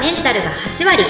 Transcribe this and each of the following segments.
メンタルが8割。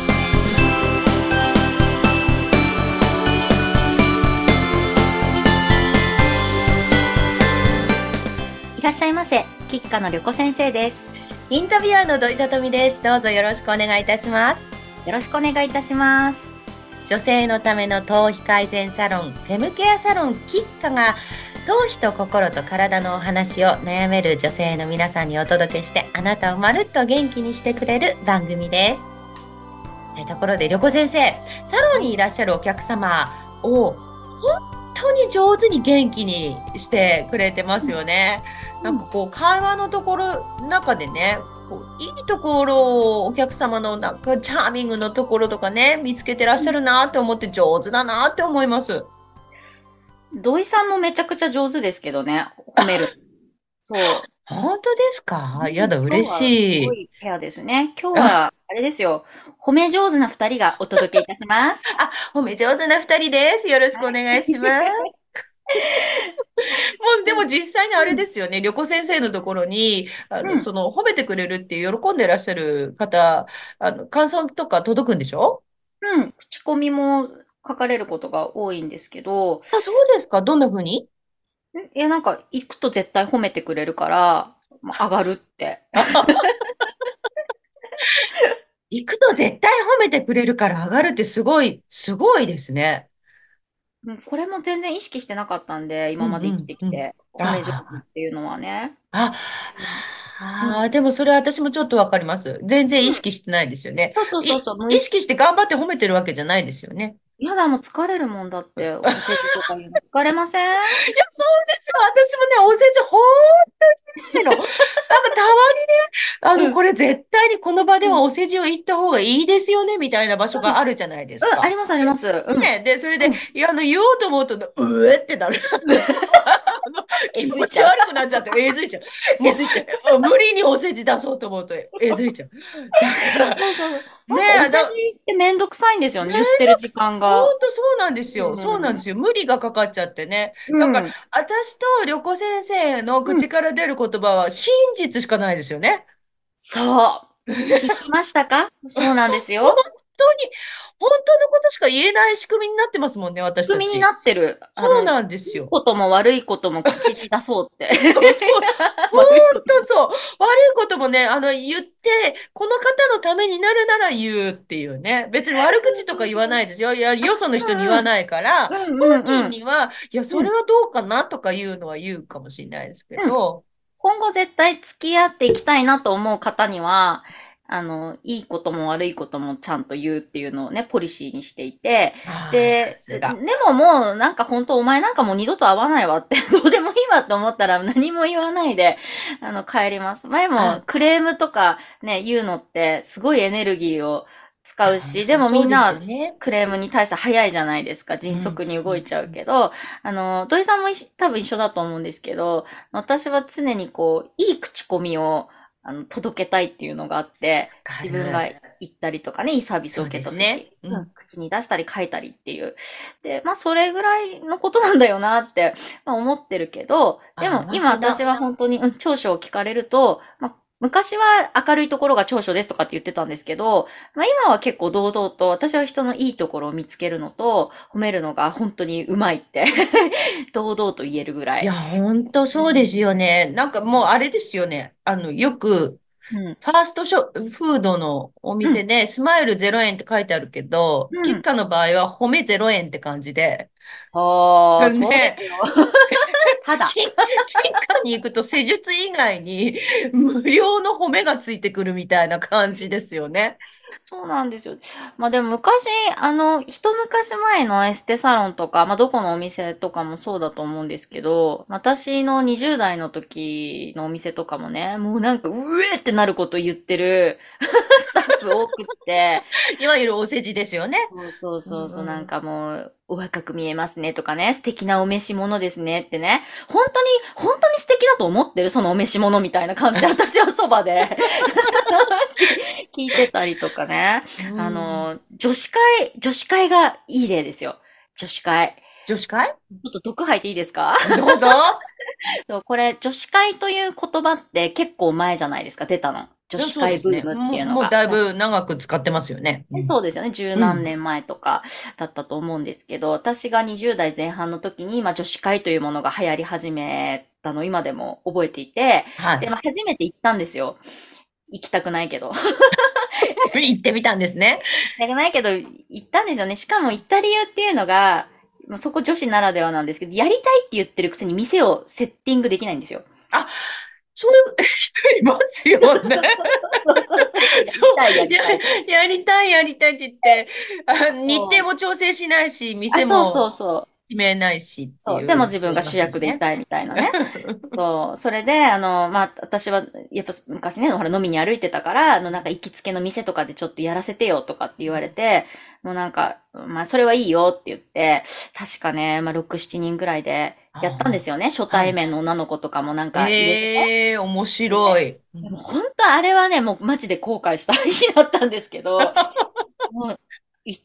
いらっしゃいませ。吉川の旅子先生です。 インタビュアーの土井さとみです。どうぞよろしくお願いいたします。 よろしくお願いいたします。 女性のための頭皮改善サロン、フェムケアサロン吉川が頭皮と心と体のお話を悩める女性の皆さんにお届けして、あなたをまるっと元気にしてくれる番組です。ところで旅子先生、サロンにいらっしゃるお客様を本当に上手に元気にしてくれてますよね。なんかこう会話のところ中でね、こういいところをお客様のなんかチャーミングのところとかね、見つけてらっしゃるなって思って上手だなって思います。 土井さんもめちゃくちゃ上手ですけどね、褒める。そう。 本当ですか？やだ、 今日嬉はすしい。 ごいペアですね。今日あ、 は、あれですよ。褒め上手な二人がお届けいたします。 褒め上手な二人です。よろしくおはい。 願いします。もうでも実際にあれうん、 ですよね。旅子先生のところに、 うん、 その褒めてくれるって喜んでらっしゃる方、感想とか届くんでしょ？ うん。口コミも書かれることが多いんですけど、 あ、そうですか。どんな風に？ いや、なんか、行くと絶対褒めてくれるから、まあ上がるって。 行くと絶対褒めてくれるから上がるってすごい、すごいですね。 これも全然意識してなかったんで、今うんまで生きうんうん。 てきて、褒め上手っあていうのはね。 あ、 うん。 でもそれ私もちょっとわかります。全然意識してないですよね。 そうそうそうそう、無意識。 意識して頑張って褒めてるわけじゃないですよね。 やだ、もう疲れるもんだって、お世辞とか言うの疲れません？ いや、そうですよ。私もね、お世辞ほんとにないの。なんかたまにね、 うん、 これ絶対にこの場でうん、 はお世辞を言った方がいいですよね、みたいな場所うん、 があるじゃないですうん、ありか。 ますあります。うん、 ね、で、それで、 うん。 いや、言おうと思うと、うえってなる。気持ちえずいちゃう。 悪くなっちゃって、えずいちゃう。もえずいちゃう。 う、無理にお世辞出そうと思うと、えずいちゃう。だから、 そうそうそう。なねんかお世え、 辞ってめんどくさいんですよね、 めんど言ってる時くさ、ほ間が。 んとそうなんですよ。そうなんでうん、 すよ。無理がかかっちゃってね。 うだから、 ん、 私と旅子先生のうん。 口から出る言葉は真実しかないですよね。 そう。聞きましたか？そうなんです本よ。 当に、本当のことしか言えない仕組みになってますもんね、私仕組みになたち。 ってる。 そうなんでいいすよ。 ことも悪いことも口に出そうって。 そうそう。ほ悪いんことも。 とそう。悪いこともね、言って、この方のためになるなら言うっていうね。別に悪口とか言わないですよ。いや、よその人に言うんうん。 わないから、 うん本うんうん。 人には、いや、そうん。 れはどうかなとか言うのは言うかもしれないですけうん。 ど、 今後絶対付き合っていきたいなと思う方には、いいことも悪いこともちゃんと言うっていうのをね、ポリシーにしていて、 ああ、さで、ですが。 ももうなんか本当お前なんかもう二度と会わないわって、どうでもいいわと思ったら何も言わないで、帰ります。前もあ、 クレームとかね、言うのってすごいエネルギーを使うし、でもみそうですよんなね。 クレームに対して早いじゃないですか。迅うん。 速にうん。 動いちゃうけど、土井さんも多分一緒だと思うんですけど、私は常にこう、いい口コミを、届けたいっていうのがあって、 わか自分がる。 言ったりとかね、いいサービスをそう受けですね。 取ってて、うん、 うん。 口に出したり書いたりっていう。で、まあ、それぐらいのことなんだよなって、まあ、思ってるけど、でああ、 も今本当だ。 私は本当に、長所を聞かれると、まあ、昔は明るいところが長所ですとかって言ってたんですけど、まあ今は結構堂々と、私は人のいいところを見つけるのと、褒めるのが本当にうまいって堂々と言えるぐらい。 いや、本当うん。 そうですよね。なんかもうあれですよね。よく、 うん。 ファーストフードのおうん。 店で、スマイル0円って書いてあるけど、 うん。 キッカの場合は褒め0円って感じで、 そう、そうでね、 すよ。ただ。 キッカに行くと施術以外に無料の褒めがついてくるみたいな感じですよね。 そうなんですよ。まあでも昔、一昔前のエステサロンとか、まあどこのお店とかもそうだと思うんですけど、私の20代の時のお店とかもね、もうなんか、うえってなること言ってるスタッフ多くって、 いわゆるお世辞ですよね。 そうそううそうそう、なんん。 かもう、お若く見えますねとかね、素敵なお召し物ですねってね、本当に素敵だと思ってるそのお召し物みたいな感じで、私はそばで聞いてたりとかね。 うん。 女子会がいい例ですよ。女子会。 女子会？ ちょっと毒吐いていいですか？ どうぞ。 そう、これ、女子会という言葉って結構前じゃないですか、出たの。 女いや、 子会ブーそうですね。もうムっていうのが、 だいぶ長く使ってますよね。うん。 そうですよね。十うん。 何年前とかだったと思うんですけど、私が20代前半の時に、女子会というものが流行り始めたのを今でも覚えていて、で、 はい。 初めて行ったんですよ。行きたくないけど。 行ってみたんですね。 行きたくないけど、行ったんですよね。しかも行った理由っていうのが、もうそこ女子ならではなんですけど、やりたいって言ってるくせに店をセッティングできないんですよ。 あ、そういう人いますよね。 そうすると、やりそう、 たい、やりたい。 やりたい、やりたいって言って、日程そう。 も調整しないし、 あ、 店もそうそうそう。 決めないしってそう。でもいう自分が主人いますよね。 役でいたいみたいなね。そう。それで、私は、やっぱ昔ね、ほら飲みに歩いてたから、なんか行きつけの店とかでちょっとやらせてよとかって言われて、もうなんか、それはいいよって言って、確かね、6、7人ぐらいでやったんであすよね。初あ、はい。 対面の女の子とかもなんか入れてね。 ええ面白で、 い。うん。 でも本当あれはね、もうマジで後悔した日だったんですけど、もう行って、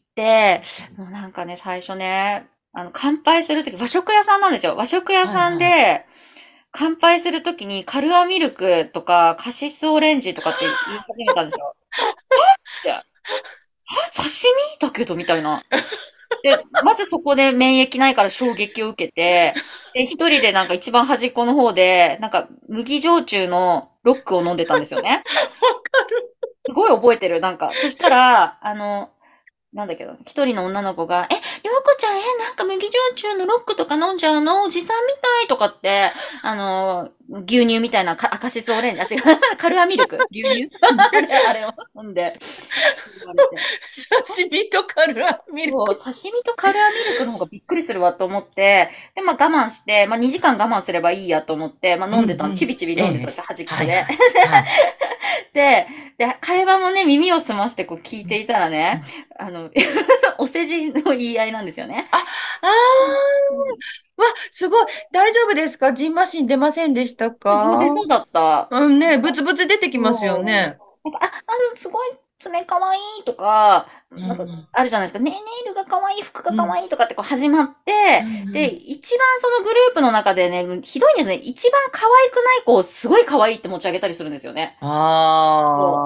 もうなんかね、最初ね、乾杯するとき、和食屋さんなんですよ。和食屋さんはいはい。 で、乾杯するときにカルアミルクとかカシスオレンジとかって言い始めたんですよ。で、刺身だけどみたいな。で、まずそこで免疫ないから衝撃を受けて、で、一人でなんか一番端っこの方で、なんか麦焼酎のロックを飲んでたんですよね。すごい覚えてる。なんか、そしたら、なんだけど、一人の女の子が、ようこちゃん、なんか麦焼酎のロックとか飲んじゃうのおじさんみたいとかって、牛乳みたいなカシスオレンジ、あ、違う、カルアミルク牛乳あれを飲んで、言われて。 刺身とカルアミルそう、 ク。 刺身とカルアミルクの方がびっくりするわと思って、で、我慢して、2時間我慢すればいいやと思って、 うん飲んでたの、ちうん。 びちびええ。 飲んでたんですよ、端っこで。 はいはい。はい。 で、会話もね、耳を澄ましてこう聞いていたらね、 うん。 あの、お世辞の言い合いなんですよね。 あ、あわ、すごい。大丈夫ですか？ジンマシン出ませんでしたか？ 出そうだった。 うんね、ブツブツ出てきますよそう。 ね。 なんか、すごい爪かわいいとか、なんか、 うん。 あるじゃないですか。ね、ネイルがかわいい、服がうん。 かわいいとかってこう始まっうて、で、 んうん。 一番そのグループの中でね、ひどいんですね。一番可愛くない子をすごい可愛いって持ち上げたりするんですよね。そう。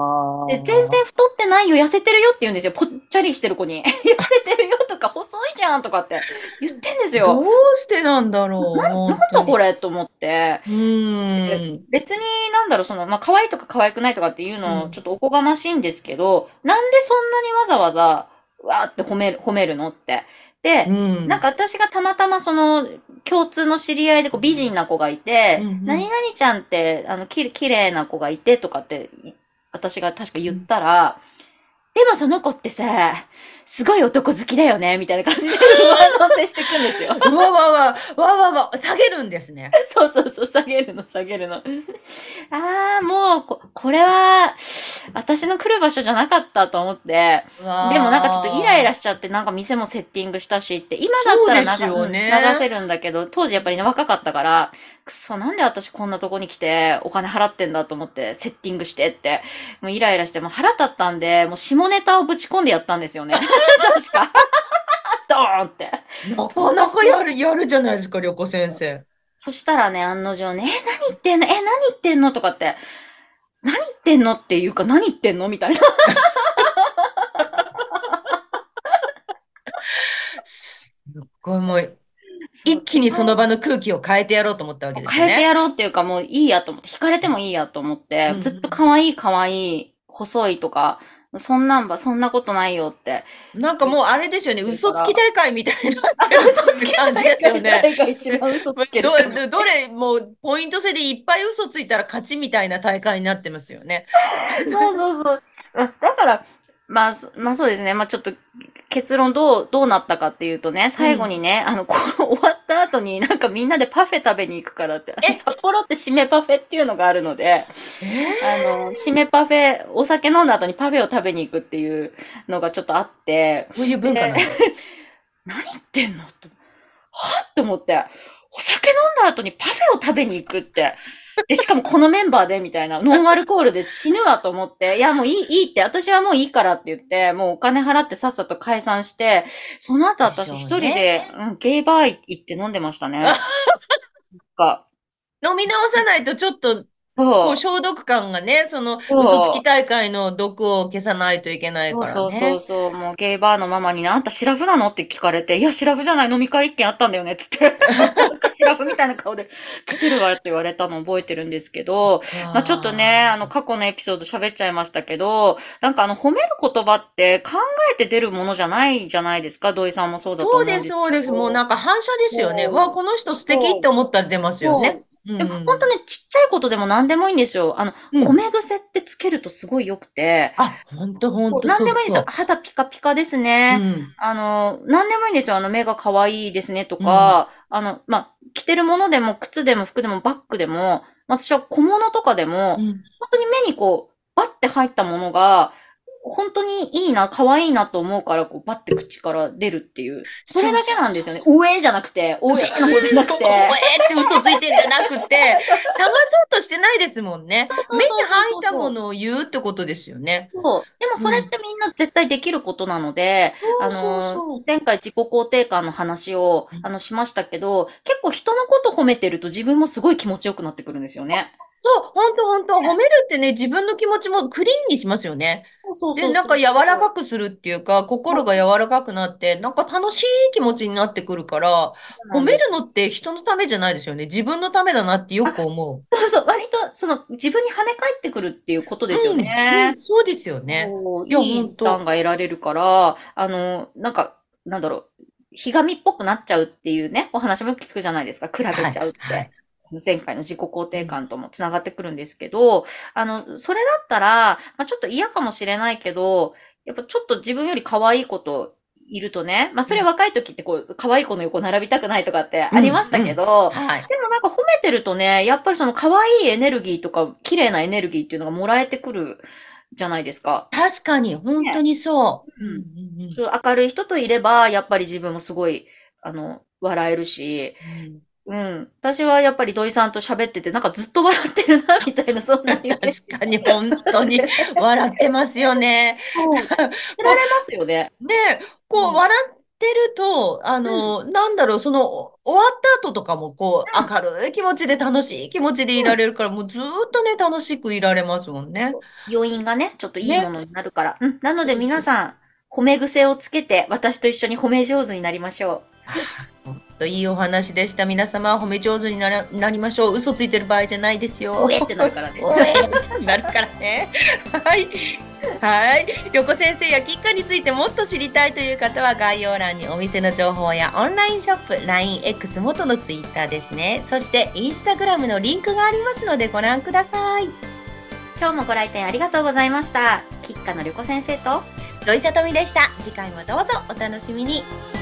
で、全然ああ。 太ってないよ、痩せてるよって言うんですよ。ぽっちゃりしてる子に。痩せてるよとか、細いじゃんとかって言ってんですよ。 どうしてなんだろう、 なん本当に。 だこれと思って。 うーん。 別になんだろう、可愛いとか可愛くないとかっていうの、ちょうん。 っとおこがましいんですけど、なんでそんなにわざわざ、わーって褒めるのって。 うで、なんん。 か私がたまたま共通の知り合いで美人な子がいうん。 て、何々 うん。 ちゃんって、綺麗な子がいてとかって、私が確か言っうん。 たら、でもその子ってさ、すごい男好きだよねみたいな感じで上乗せしていくんですよ。 うわわわ、下げるんですね。 そうそうそう、下げるの、下げるの。ああ、もうこれは、私の来る場所じゃなかったと思って、 うでもなんかちょっとイライわー。 ラしちゃって、なんか店もセッティングしたしって、今だっそうたらですよ流せね。 るんだけど、当時やっぱりね、若かったから、くそ、なんで私こんなとこに来てお金払ってんだと思って、セッティングしてって、もうイライラして、もう腹立ったんで、もう下ネタをぶち込んでやったんですよね。確か。ドーンって。 なかなか投下して。 やるじゃないですか、旅子先生。 そしたらね、案の定ね、何言ってんの何言ってんのとかって、何言ってんのっていうか、何言ってんのみたいな。 すっごいもう、 そうで、 一気にその場の空気を変えてやろうと思ったわけもうですよね。 変えてやろうっていうか、もういいやと思って、惹かれてもいいやと思って、 うんうずっとん。 可愛い、細いとか、そんなことないよってなんか言っもうあれですよね、 てるから。 嘘つき大会みたいになっあ、 てそう、嘘つきる感じですよね。 大会誰が一番嘘つけるかみたいな。 どれ、もうポイント制でいっぱい嘘ついたら勝ちみたいな大会になってますよね。 そうそうそう。だから、そうですね。ちょっと結論どうなったかっていうとね、最後うん。 にね、終わった後になんかみんなでパフェ食べに行くからって、 え、 札幌って締めパフェっていうのがあるので、締めパフェ、お酒飲んだ後にパフェを食べに行くっていうのがちょっとあって、 そういう文化で、 なんだ。 何言ってんのはって思って、お酒飲んだ後にパフェを食べに行くって、で、しかもこのメンバーでみたいな、ノンアルコールで死ぬわと思って、いやもういいって、私はもういいからって言って、もうお金払ってさっさと解散して、その後でし私一人ょうね。 で、ゲイバー行って飲んでましたね。か、 飲み直さないとちょっとそう。 消毒感がね、嘘つきそう。 大会の毒を消さないといけないからそうそうそうね。 そう。もうゲイバーのママにね、あんたシラフなのって聞かれて、いや、シラフじゃない、飲み会一件あったんだよね、つって。なんかシラフみたいな顔で来てるわって言われたのを覚えてるんですけど、まあちょっとね、 ああ。 過去のエピソード喋っちゃいましたけど、なんか褒める言葉って考えて出るものじゃないじゃないですか。土井さんもそうだとそうです、 思うんですそうです。もうけど。 なんか反射ですよね。わあ、 そう。 この人素敵ってそう。 思ったら出ますよね。 そう。 うでも、ほんとん。 ね、ちっちゃいことでも何でもいいんですよ。 うん。 米癖ってつけるとすごい良くて、 あ、ほんとほんと、 何そうでもいいんですよ。 そ肌ピカピカですう。うね。 ん。 何でもいいんですよ。目が可愛いですねとうん。 か、着てるものでも、靴でも、服でも、バッグでも、私は小物とかでも、 うん。 本当に目にこう、バッて入ったものが、本当にいいな、可愛いなと思うから、こう、バッて口から出るっていう。それだけそうそうなんですよね。おえじゃなくて、おそう、 えの方じゃなくて。 って嘘ついてんじゃなくて、探そうとしてないですもんね。 そうそう目にそうそう入ったもそうそう。 のを言うってことですよね。 そう。でもそれっうん。 てみんな絶対できることなので、 そうそうそう。 前回自己肯定感の話を、 うんしましたけど、結構人のこと褒めてると自分もすごい気持ちよくなってくるんですよね。 そう、本当本当褒ね。 めるってね、自分の気持ちもクリーンにしますよね。で、 そうそうなんか柔そうそうらかそくするっていうか、 う。 心が柔らかくなって、なんか楽しい気持ちになってくるから、 そうな褒んですよ。 めるのって人のためじゃないですよね。自分のためだなってよあ、 く思そうそう、割と、自分に跳ね返ってくるっていうことう。 ですようん、うね。 ん、そうですよね。 そう、 いや、 いいリターン本当。 が得られるから、なんか、なんだろう、ひがみっぽくなっちゃうっていうね、お話も聞くじゃないですか。比べはい、 ちゃうって。 はい。 前回の自己肯定うん、 感ともつながってくるんですけど、それだったら、ちょっと嫌かもしれないけど、やっぱちょっと自分より可愛い子といるとね、それうん、 若い時ってこう、可愛い子の横並びたくないとかってうん、 ありましたうん。 けど、 はい。 でもなんか褒めてるとね、やっぱりその可愛いエネルギーとか、綺麗なエネルギーっていうのがもらえてくるじゃないですか。 確かに、本当ね。 にそう。うん、 うん。 うんそう明るい人といれば、やっぱり自分もすごい、笑えるし、 うん。 うん。私はやっぱり土井さんと喋ってて、なんかずっと笑ってるな、みたいな、そんなイメージ。 確かに、本当に笑ってますよね。 そう。つらこれますよね。 ね、 うん。 笑ってると、 うん。 なんだろう、終わった後とかも、 うん。 明るい気持ちで楽しい気持ちでいうん。 られるから、もうずーっとね、楽しくいられますもんね。 余韻がね、ちょっといいもね。 のになるから。うん。なのでそうそう。 皆さん、褒め癖をつけて、私と一緒に褒め上手になりましょあーほんといいお話でした。皆様、褒め上手になりましょう。嘘ついてる場合じゃないですう。およ。 えってなるからね。 おえってなるからね。はい。はい。りょこ先生やキッカについてもっと知りたいという方は概要欄にお店の情報やオンラインショップ、LINEX 元のツイッターですね。そしてインスタグラムのリンクがありますのでご覧ください。 今日もご来店ありがとうございました。吉花のりょこ先生と、 土井さとみでした。次回もどうぞお楽しみに。